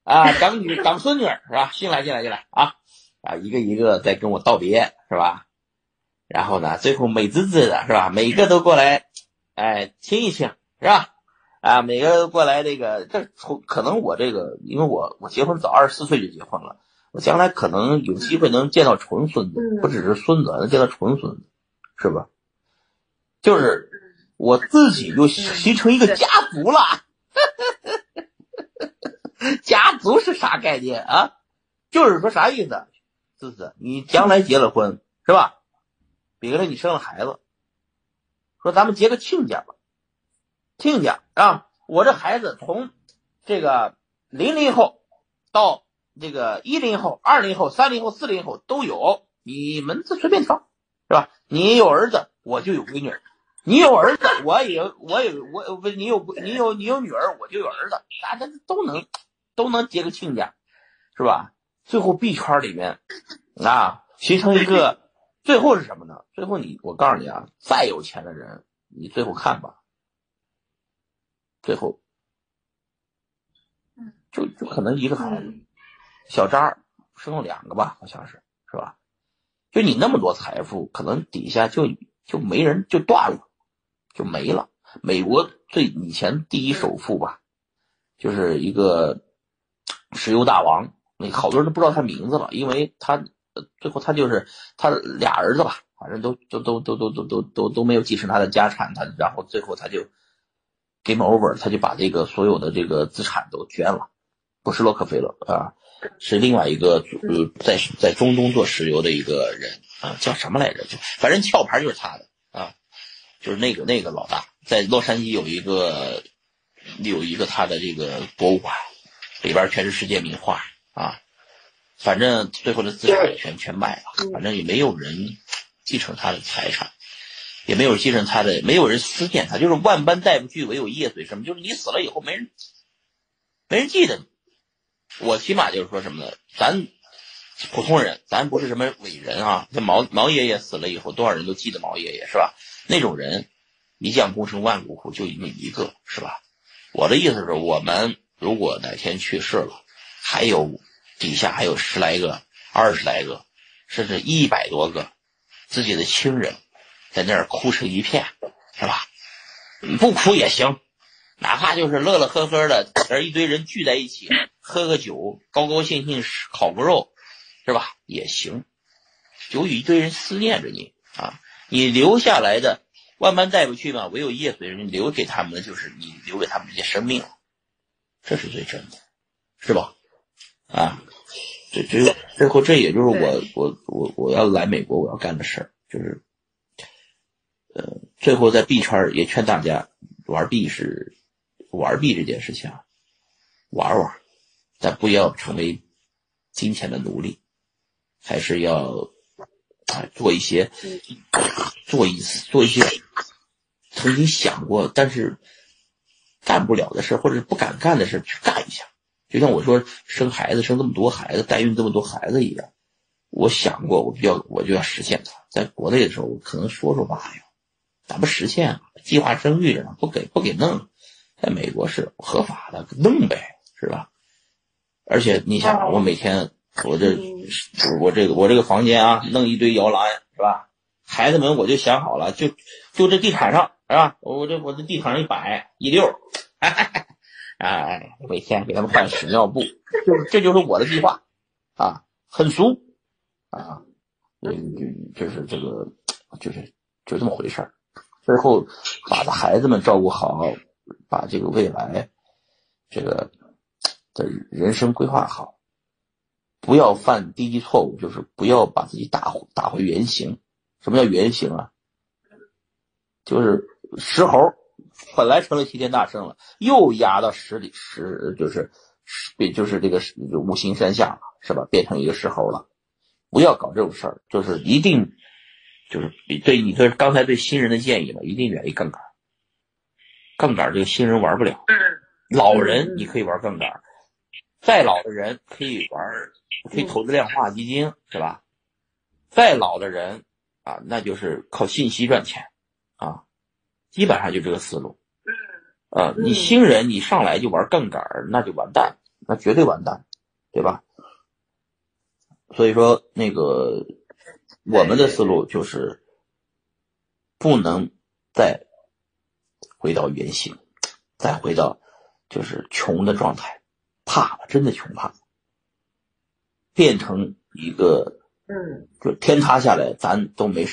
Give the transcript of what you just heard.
啊，长女长孙女是吧？进来啊啊，一个一个在跟我道别是吧？然后呢，最后美滋滋的是吧？每个都过来，哎，亲一亲是吧？啊，每个都过来这可能我这个，因为我结婚早24岁就结婚了，我将来可能有机会能见到纯孙子，不只是孙子，能见到纯孙子，是吧？就是我自己就形成一个家族了。家族是啥概念啊？就是说啥意思？是不是？你将来结了婚是吧？比如说你生了孩子，说咱们结个亲家吧，亲家啊，我这孩子从这个00后到这个10后、20后、30后、40后都有，你们这随便挑，是吧？你有儿子，我就有闺女；你有儿子，你有女儿，我就有儿子，大家都能结个亲家，是吧？最后币圈里面啊，形成一个，最后是什么呢？最后我告诉你啊，再有钱的人，你最后看吧，最后就可能一个孩子，小张生了2个吧，好像是吧？就你那么多财富，可能底下就没人，就断了，就没了。美国以前第一首富吧，就是一个石油大王，那好多人都不知道他名字了，因为他最后他就是他俩儿子吧，反正都没有继承他的家产，然后最后他就 game over， 他就把这个所有的这个资产都捐了，不是洛克菲勒啊，是另外一个在中东做石油的一个人啊，叫什么来着？反正壳牌就是他的啊，就是那个老大，在洛杉矶有一个他的这个博物馆，里边全是世界名画啊。反正最后的资产全卖了，反正也没有人继承他的财产，也没有继承他的，没有人思念他，就是万般带不去，唯有业随身，就是你死了以后没人记得你。我起码就是说什么呢？咱普通人，咱不是什么伟人啊。这毛爷爷死了以后，多少人都记得毛爷爷是吧？那种人一将功成万骨枯，就你一个是吧？我的意思是，我们如果哪天去世了，还有底下还有10来个、20来个，甚至100多个自己的亲人在那儿哭成一片，是吧？不哭也行，哪怕就是乐乐呵呵的，一堆人聚在一起喝个酒，高高兴兴烤个肉，是吧？也行，就有一堆人思念着你啊，你留下来的万般带不去嘛，唯有业随人，留给他们的就是你留给他们这些生命，这是最真的，是吧？啊，最后这也就是我要来美国我要干的事儿，就是最后在币圈也劝大家玩币这件事情啊，玩，但不要成为金钱的奴隶，还是要做一些曾经想过但是干不了的事，或者是不敢干的事去干一下。就像我说生孩子，生这么多孩子，代孕这么多孩子一样，我想过我就要实现它。在国内的时候我可能说罢了，咋不实现啊？计划生育着呢，不给弄。在美国是合法的，弄呗，是吧？而且你想，我每天我这个房间啊，弄一堆摇篮，是吧？孩子们我就想好了，就这地毯上，是吧？我这地毯上一摆一溜，每天给他们换屎尿布，这就是我的计划啊，很俗啊，就是这个就这么回事儿。最后把孩子们照顾好，把这个未来这个的人生规划好，不要犯低级错误，就是不要把自己打回原形。什么叫原形啊？就是石猴本来成了齐天大圣了，又压到就是这个五行山下了，是吧？变成一个石猴了。不要搞这种事儿，就是一定就是对你这刚才对新人的建议嘛，一定远离杠杆。杠杆这个新人玩不了，老人你可以玩杠杆，再老的人可以投资量化基金，是吧？再老的人啊，那就是靠信息赚钱啊，基本上就这个思路。你新人你上来就玩杠杆，那就完蛋， 那绝对完蛋，对吧？所以说我们的思路就是不能再回到原形，再回到就是穷的状态，怕了，真的穷怕了，变成一个就天塌下来咱都没事。